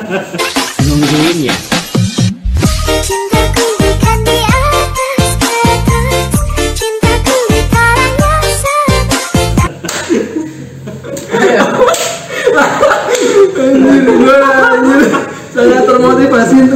Nungguin ya. Cintaku bukan di atas kertas, cintaku di tangannya Sangat termotivasi untuk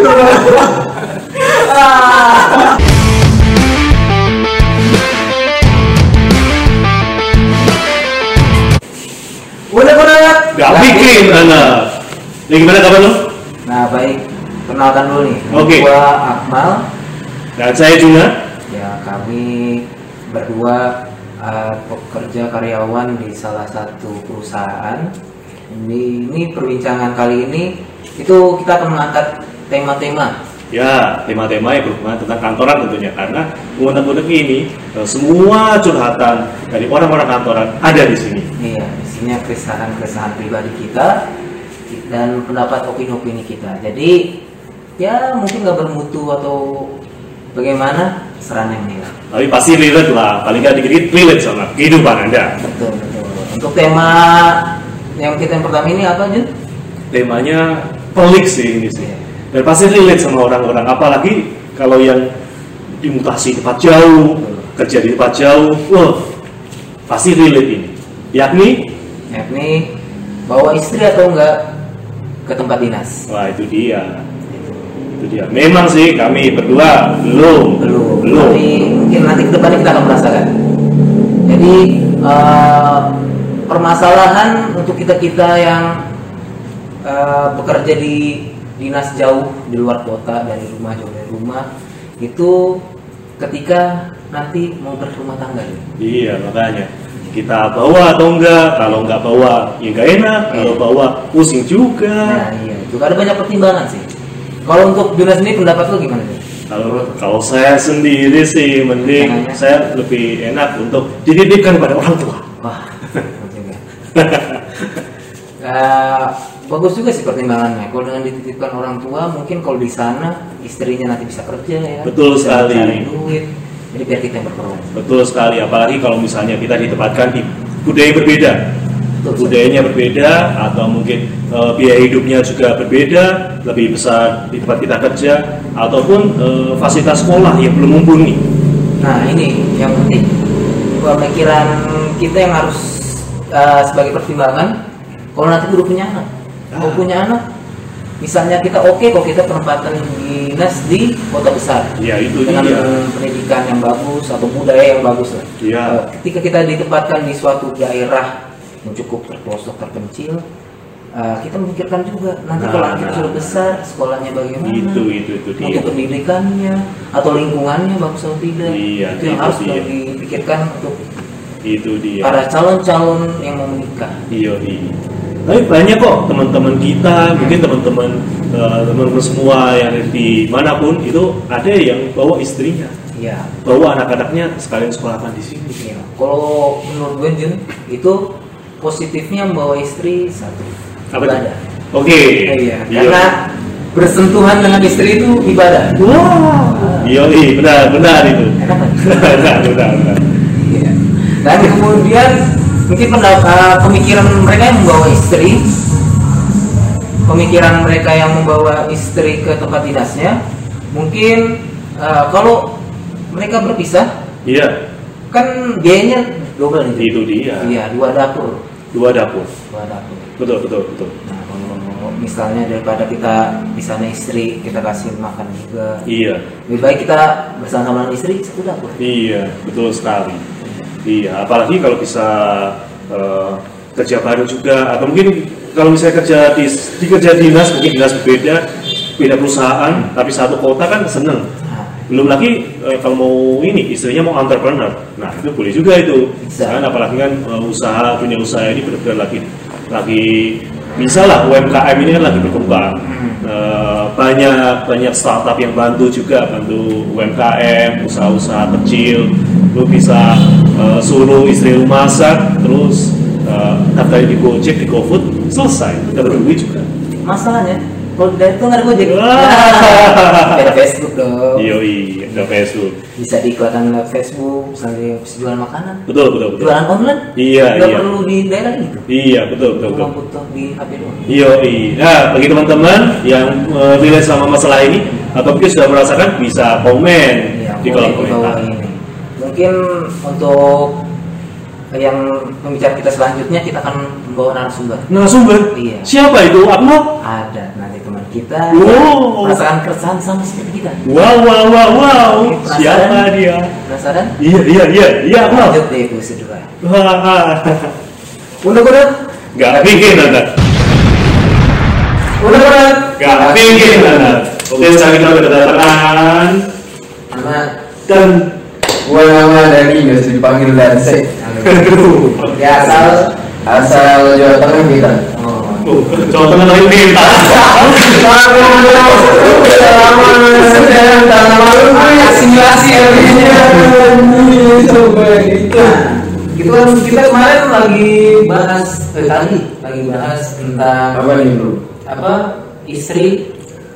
Udah ya? Gak bikin anak. Ini gimana kabar lu? Nah baik, kenalkan dulu nih. Oke. Gua Akmal. Dan saya juga. Ya kami berdua pekerja karyawan di salah satu perusahaan. Ini perbincangan kali ini itu kita akan mengangkat tema-tema. Ya, tema-tema yang berhubungan tentang kantoran tentunya, karena unek-unek ini semua curhatan dari orang-orang kantoran ada di sini. Iya, isinya keresahan pribadi kita dan pendapat opini kita. Jadi ya mungkin nggak bermutu atau bagaimana, serah yang menilai. Tapi pasti relate lah, paling nggak dikit relate sama kehidupan Anda. Betul. Untuk tema yang pertama ini apa, Jun? Temanya pelik sih ini sih. Iya. Dan pasti relate sama orang-orang, apalagi kalau yang dimutasi tempat jauh, kerja di tempat jauh, wah pasti relate ini. Yakni Bawa istri atau enggak ke tempat dinas. wah itu dia. Memang sih kami berdua belum. Tapi mungkin nanti ke depannya kita akan merasakan. Jadi permasalahan untuk kita yang bekerja di dinas jauh di luar kota, jauh dari rumah itu ketika nanti mau berumah tangga. Iya, makanya kita bawa atau enggak. Kalau enggak bawa ya enggak enak, kalau bawa pusing juga. Nah iya, itu ada banyak pertimbangan sih. Kalau untuk Jonas sendiri pendapat lu gimana nih? Kalau saya sendiri sih mending saya lebih enak untuk dititipkan pada orang tua. Wah, juga. Bagus juga sih pertimbangannya. Kalau dengan dititipkan orang tua, mungkin kalau di sana istrinya nanti bisa kerja ya. Betul sekali. Cari duit. Jadi biar kita yang berperan. Betul sekali, apalagi kalau misalnya kita ditempatkan di budaya yang berbeda. Budayanya berbeda atau mungkin biaya hidupnya juga berbeda, lebih besar di tempat kita kerja ataupun fasilitas sekolah yang belum mumpuni. Nah ini yang penting, pemikiran kita yang harus sebagai pertimbangan. Kalau nanti udah punya anak, kalau punya anak, misalnya kita kalau kita penempatan dinas di kota besar, ya itu dengan dia. Pendidikan yang bagus atau budaya yang bagus lah. Ya. Ketika kita ditempatkan di suatu daerah yang cukup terpelosok terpencil, kita memikirkan juga nanti kalau anak sudah besar sekolahnya bagaimana, itu dia. untuk pendidikannya atau lingkungannya bagus atau tidak. Iya, itu yang harus dipikirkan untuk itu dia. para calon-calon yang mau menikah. Iya. Tapi banyak kok teman-teman kita, mungkin teman-teman semua yang di manapun itu ada yang bawa istrinya, Iya. bawa anak-anaknya sekalian sekolahkan di sini. Iya. Kalau menurut gue Jun, itu positifnya membawa istri satu Apa itu? ibadah. Oke. Iya. Karena bersentuhan dengan istri itu ibadah. Iya, benar itu. Enak kan? benar. Iya. Dan kemudian mungkin pemikiran mereka yang membawa istri ke tempat dinasnya, mungkin kalau mereka berpisah, Iya. kan biayanya double nih. Itu dia. Iya, dua dapur. Betul. Nah, kalau misalnya daripada kita di sana istri kita kasih makan juga, Iya. lebih baik kita bersama dengan istri satu dapur. Iya, betul sekali. Iya, apalagi kalau bisa kerja baru juga, atau mungkin kalau misalnya kerja kerja dinas, mungkin dinas beda perusahaan, tapi satu kota kan seneng. Belum lagi kalau mau istrinya mau entrepreneur, nah itu boleh juga itu. Kan apalagi kan dunia usaha ini benar-benar lagi bisa lah, UMKM ini kan lagi berkembang. Banyak startup yang bantu UMKM, usaha-usaha kecil. Lu bisa suruh istri lu masak, terus daftar di Gojek, di GoFood, selesai, dapat duit juga. Masalahnya Kalau di itu nggak ada Gojek. Wah. Ada Facebook dong. Yoi, ada Facebook. Bisa diiklankan lewat Facebook, misalnya jualan makanan. Betul. Jualan online. Iya, Nggak iya. perlu di daerah gitu. Iya, betul. Cuma butuh di HP doang. Yoi. Nah, bagi teman-teman yang relate sama masalah ini atau mungkin sudah merasakan bisa komen Iya, di kolom boleh di bawah komentar. ini. Mungkin untuk yang pembicara kita selanjutnya kita akan membawa narasumber. Narasumber? Iya. Siapa itu? Akmal? Ada nanti teman kita Wow. yang merasakan keresahan sama seperti kita. Wow. Oke, penasaran? Siapa dia? Penasaran? Iya, Akmal. Lanjut deh episode 2. Wah. Udah. Gak bikin Anda. Udah. Gak bikin Anda. Oke, sekarang kita kedatangan Sama dan Gua nama Dani, biasa dipanggil Dansek. ya Asal Jawa Tengah kita. Jawa Tengah lagi minta. asimilasi ya gitu kan kita kemarin lagi bahas lagi bahas tentang Apa nih bro? apa istri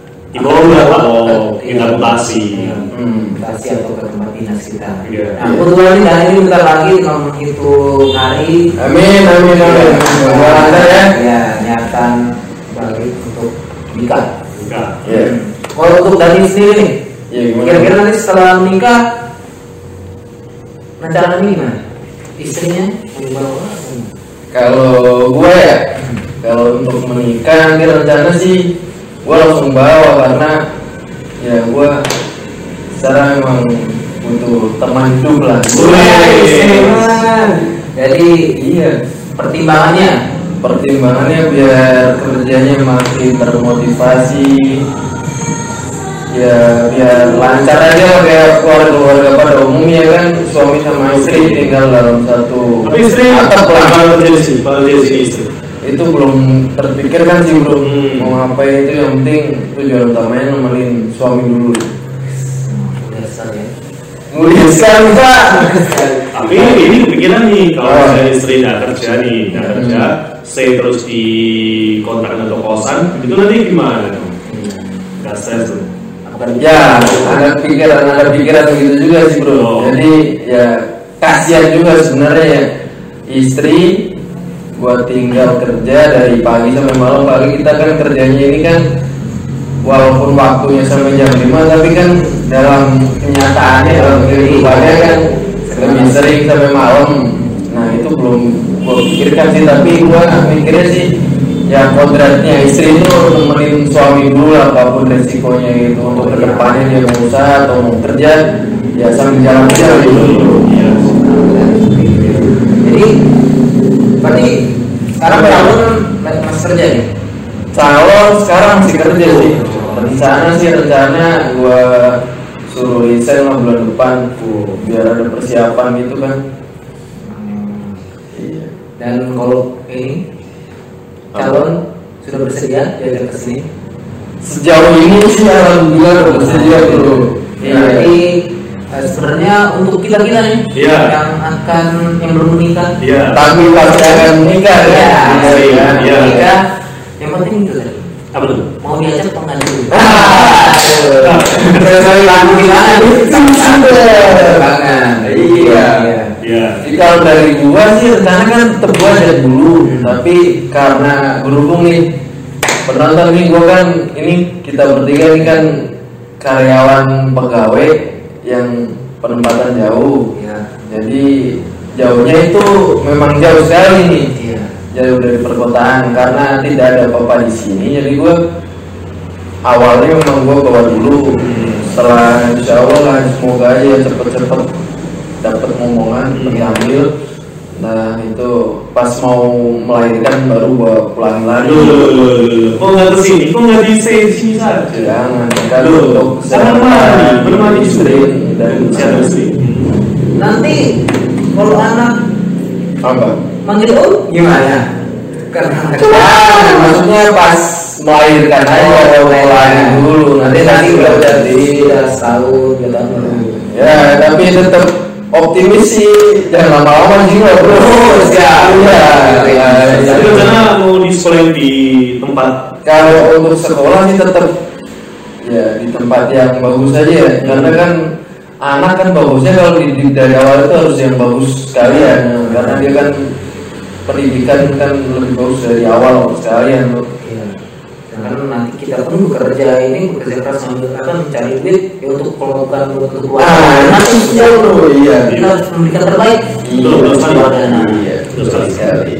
Inadaptasi. mutasi atau ke tempat dinas kita. Iya. Nah, kebetulan ini bentar lagi menghitung hari. Amin. Gua lancar ya. Ya, niatan balik untuk nikah. Enggak. Ya. Kalau untuk Dani sendiri nih, Ya gimana? kira-kira nanti setelah menikah rencananya gimana? Istrinya mau dibawa? Kalau gua ya, kalau untuk menikah nanti rencana sih gua langsung bawa karena ya gua sekarang memang butuh teman hidup lah. Jadi Iya. Pertimbangannya biar kerjanya makin termotivasi, ya biar lancar aja kayak keluarga pada umumnya kan, suami sama istri tinggal dalam satu Tapi istri atap lah. kalau jadi istri. Itu belum terpikirkan sih bro. Hmm. Mau ngapain itu, yang penting tujuan utamanya nemenin suami dulu. Mulia sekali pak. Tapi ini kepikiran nih kalau Oh. misalnya istri nggak kerja, stay terus di kontrakan atau kosan, itu nanti gimana dong? Nggak stres tuh. Ya, ada pikiran begitu juga sih bro. Oh. Jadi ya kasihan juga sebenarnya ya, istri buat tinggal kerja dari pagi sampai malam. Pagi kita kan kerjanya ini kan walaupun waktunya sampai jam 5, tapi kan dalam kenyataannya, dalam kehidupannya kan lebih sering sampai malam. Nah itu belum gua pikirkan sih, tapi gua mikirnya sih ya kodratnya istri itu nemenin suami dulu lah, apapun resikonya itu. Untuk kedepannya dia mau usaha atau mau kerja ya sambil jalan dulu. Iya. Jadi berarti sekarang calon masih kerja nih? Calon sekarang masih kerja sih. Rencana gua suruh resign lah bulan depan, biar ada persiapan gitu kan. Iya. Dan kalau ini calon sudah bersedia diajak ke sini? Sejauh ini sih alhamdulillah bersedia bro. Ya, jadi sebenarnya untuk kita nih Iya. yang belum menikah, Iya. Tapi pasti akan menikah ya. Iya. menikah, yang penting itu tadi Apa tuh? mau diajak atau nggak dulu. Iya. Iya. Jadi kalau dari gua sih rencana kan tetap gua ajak dulu, tapi karena berhubung nih penonton nih, gua kan ini kita bertiga ini kan karyawan pegawai yang penempatan jauh. Iya. Jadi jauhnya itu memang jauh sekali nih, Iya. jauh dari perkotaan karena tidak ada apa-apa di sini. Jadi gua awalnya memang gua bawa dulu. Setelah insya Allah lah, semoga aja cepet-cepet dapat ngomongan diambil. Nah itu pas mau melahirkan baru gua pulang lagi. Kok nggak kesini? Kok nggak di sini saja? Jangan kan Loh, untuk sama bermandi istri dan Siapa istri? Nanti kalau anak apa? manggil om gimana? Karena Maksudnya pas melahirkan aja mulai dulu, nanti udah udah jadi jadi udah setahun 2 tahun. ya, tapi tetap optimis sih, jangan lama-lama sih nggak bro. Jadi rencana mau di sekolah di tempat. Kalau untuk sekolah sih tetap ya di tempat yang bagus aja ya, karena kan anak kan bagusnya kalau dididik dari awal itu harus yang bagus sekalian ya. Karena dia kan pendidikan kan lebih bagus dari awal sekalian tuh. Iya. Karena nanti kita pun bekerja keras sambil mencari duit ya untuk kelompok untuk keluarga. Nanti jauh bro. Iya. Kita harus memberikan terbaik. Betul sekali. Iya, betul sekali.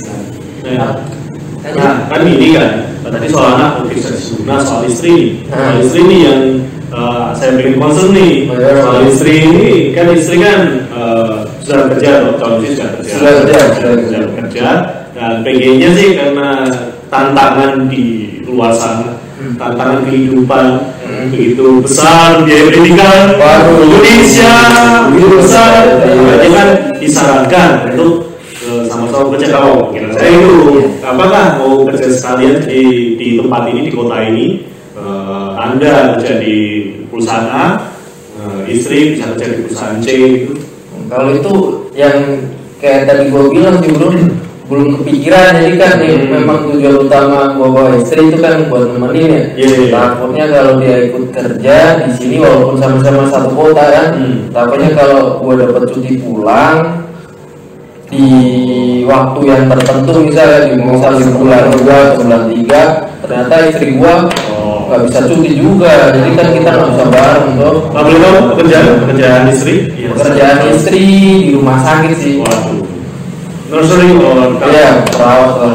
Nah, kan ini kan tadi soal anak bisa disebut soal istri. Soal istri ini yang saya beri concern nih. Soal istri ini kan istri kan sudah kerja atau calon istri sudah kerja dan pengennya sih karena tantangan di luar sana, tantangan kehidupan begitu besar, biaya pendidikan Indonesia begitu besar, berarti kan disarankan untuk sama-sama kerja. Kalau kira saya itu apakah mau kerja sekalian di tempat ini, di kota ini, Anda kerja di perusahaan A, istri bisa kerja di perusahaan C gitu. Kalau itu yang kayak tadi gue bilang sih bro, belum kepikiran. Jadi kan memang tujuan utama gue bawa istri itu kan buat nemenin ya. Takutnya kalau dia ikut kerja di sini walaupun sama-sama satu kota kan, takutnya kalau gue dapat cuti pulang di waktu yang tertentu misalnya di bulan 2 atau bulan 3 ternyata istri gue nggak bisa cuti juga, jadi kan kita nggak bisa bareng tuh. Boleh tahu pekerjaan istri? Pekerjaan istri di rumah sakit sih. Waduh. Nursery Iya, perawat.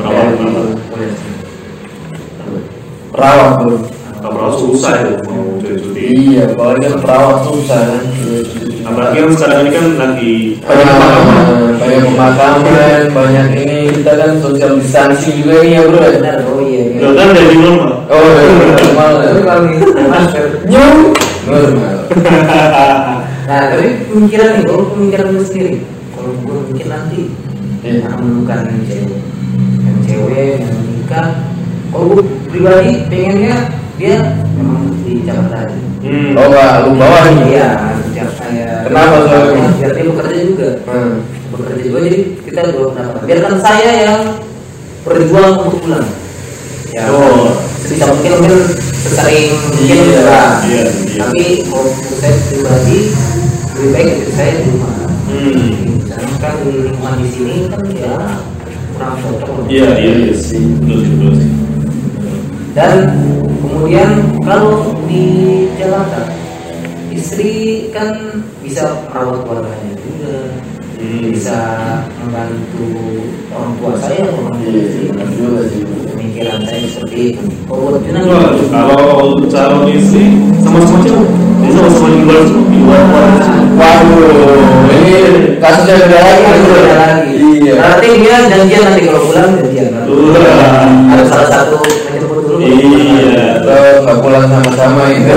Perawat bro. Perawat susah ya mau cuti. Iya, apalagi kan perawat susah kan. Apalagi kan sekarang ini kan lagi banyak pemakaman, banyak ini kita kan social distancing juga ini ya bro. Benar, oh iya. Udah kan dari normal. Oh normal. Tapi kalau masker Normal. Nah, tapi pemikiran nih, kalau pemikiran gue sendiri, kalau gue mikir nanti akan menemukan yang cewek yang menikah. Kalau gue pribadi pengennya dia memang di Jakarta aja. Oh nggak, lu bawa nih? Iya, saya. Kenapa soalnya? Biar dia bekerja juga. Bekerja juga, jadi kita dua pendapat. Biarkan saya yang berjuang untuk pulang. Ya, sebisa mungkin sesering mungkin enggak. Tapi kalau saya pribadi lebih baik itu saya di rumah. Karena kan di lingkungan di sini kan ya kurang cocok. Iya sih, betul sih. Dan kemudian kalau di Jakarta istri kan bisa merawat keluarganya juga, bisa membantu orang tua saya, pemikiran saya seperti itu. Kalau calon istri sama-sama cewek, dia sama-sama di luar. Waduh, ini kasusnya beda lagi. Iya. Berarti dia janjian nanti kalau pulang janjian. Ada salah satu menjemput dulu. Iya. Nggak pulang sama-sama itu.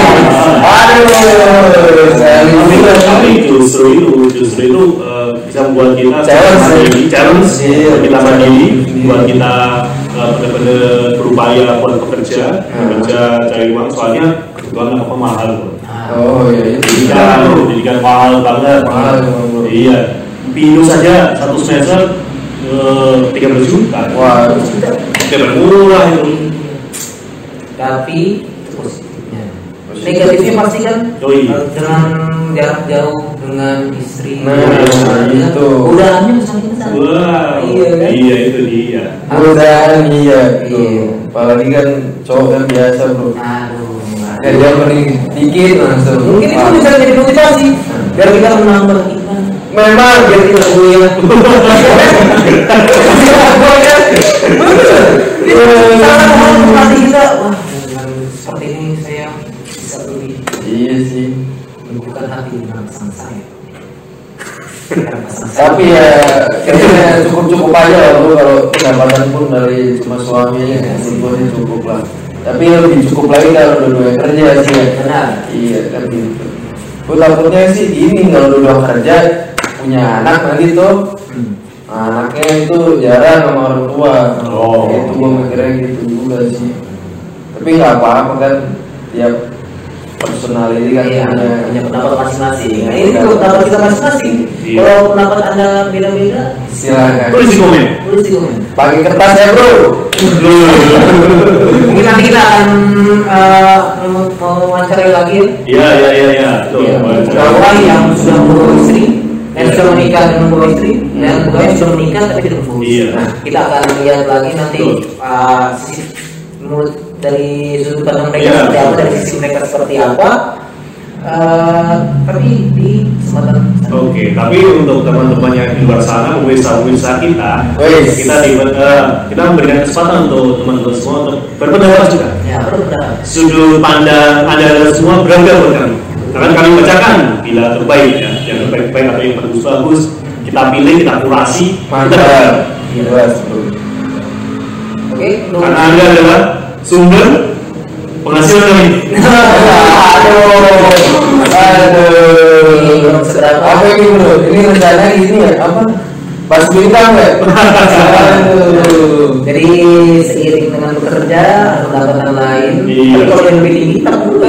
Aduh, tapi justru itu bisa membuat kita challenge, kita mandiri, buat kita benar-benar berupaya buat bekerja cari uang. Soalnya kebetulan apa mahal. Oh iya, pendidikan mahal banget. Iya. Pindu saja satu semester 13 juta. Wah, tidak murah itu. Tapi positifnya, negatifnya pasti kan dengan jarak jauh dengan istri. itu. Udahannya makin besar. Iya kan? Iya itu dia. Udahan iya. Apalagi kan cowok kan biasa bro. Aduh. Dia mending dikit langsung. Mungkin itu bisa jadi motivasi biar kita menambah kita. Memang biar kita punya. Sangat motivasi kita. Wah, dengan seperti ini saya bisa lebih. Iya sih. Bukan hati dengan pesan saya. Tapi ya kayaknya cukup aja lah bro, kalau pendapatan pun dari cuma suaminya sih cukup lah. Tapi lebih cukup lagi kalau dua-dua kerja sih ya. Benar. Iya kan gitu. Gue takutnya sih gini, kalau dua-dua kerja punya anak nanti tuh anaknya itu jarang sama orang tua. Itu gue mikirnya gitu juga sih. Tapi nggak apa-apa kan, tiap personality kan Iya, punya punya pendapat masing-masing. Nah, ini kalau pendapat kita masing-masing. Iya. Kalau pendapat Anda beda-beda, silakan Tulis di komen. tulis di komen. pakai kertas ya bro. Mungkin nanti kita akan mewawancarai lagi Iya. Tuh, baca. beberapa yang sudah membawa istri, yang sudah menikah dan membawa istri, dan beberapa yang sudah menikah tapi tidak membawa istri. Iya. Nah, kita akan lihat lagi nanti Betul. sisi menurut dari sudut pandang mereka Iya. seperti apa, dari sisi mereka seperti apa. Tapi di kesempatan Oke, tapi untuk teman-teman yang di luar sana, pemirsa kita, Wes. kita memberikan kesempatan untuk teman-teman semua untuk berpendapat juga. ya berpendapat. Sudut pandang Anda semua beragam buat kami. Akan kami bacakan bila terbaik ya, yang terbaik-baik atau yang bagus-bagus kita pilih, kita kurasi, kita Mantap. Jelas bro. Oke, karena Anda adalah sumber penghasilan kami. Aduh. Apa ini bro? Ini rencana gini ya? Apa? Pas bintang ya? Aduh. jadi seiring dengan bekerja ada pendapatan lain. Iya. Tapi kalau yang lebih tinggi tak perlu.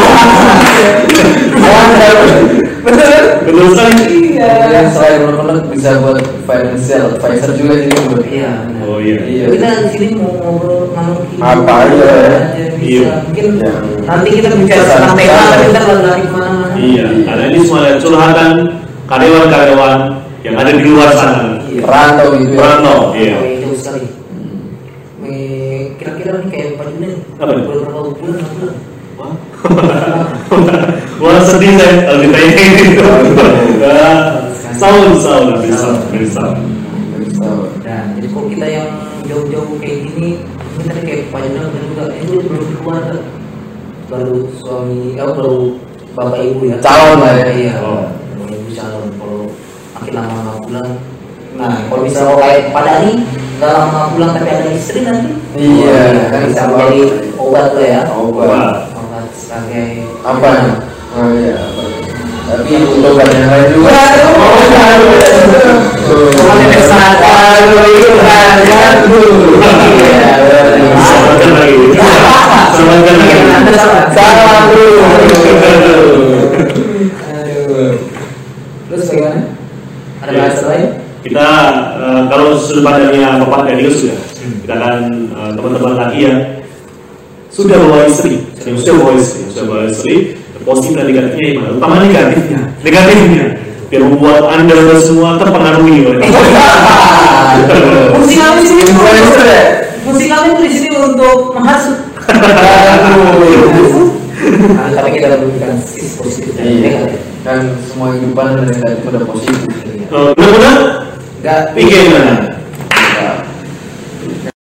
Betul. Betul sekali. Iya. Selain unek-unek bisa buat financial advisor juga jadi bro. Iya. benar. Oh iya. Iya. Kita di sini mau ngobrol ngomong Apa aja ya? bisa. Iya. Mungkin Yang nanti kita bicara tentang tema, tapi kita lari kemana-mana. Iya, karena ini semua adalah curhatan karyawan-karyawan yang ada di luar sana. Iya. Perantau gitu ya. Perantau, iya. Oke, jauh sekali. Kira-kira nih kayak Pak Julian. Apa nih? Berapa bulan? Wah sedih saya kalau ditanya gitu. Sound bisa. Nah, jadi kalau kita yang jauh-jauh kayak gini, ini tadi kayak Pak Julian dan juga ini belum keluarga, baru suami, baru bapak ibu ya. Calon lah ya. Iya. Oh. Bapak ibu calon. Kalau makin lama pulang. Nah, kalau misalnya kayak Pak Dani nggak lama pulang tapi ada istri nanti. Iya, kan kan bisa sama. menjadi obat tuh ya. Obat. Obat sebagai Apa? Oh iya. Tapi untuk yang lain juga. Selamatkan lagi. Selamatkan lagi. Salah bro. Terus bagaimana? Ada Iya. bahasa lain? Kita kalau sudut pandangnya Bapak Danius ya, kita akan teman-teman lagi ya sudah bawa istri, sudah bawa istri, positif dan negatifnya gimana? Utama negatifnya, biar membuat Anda semua terpengaruhi oleh Fungsi kami di sini Influencer ya? fungsi kami tuh di sini untuk menghasut. Nah, tapi kita memberikan sisi positif dan Iya. negatif. Kan semua kehidupan dan negatif pada positif. mudah-mudahan Enggak gimana?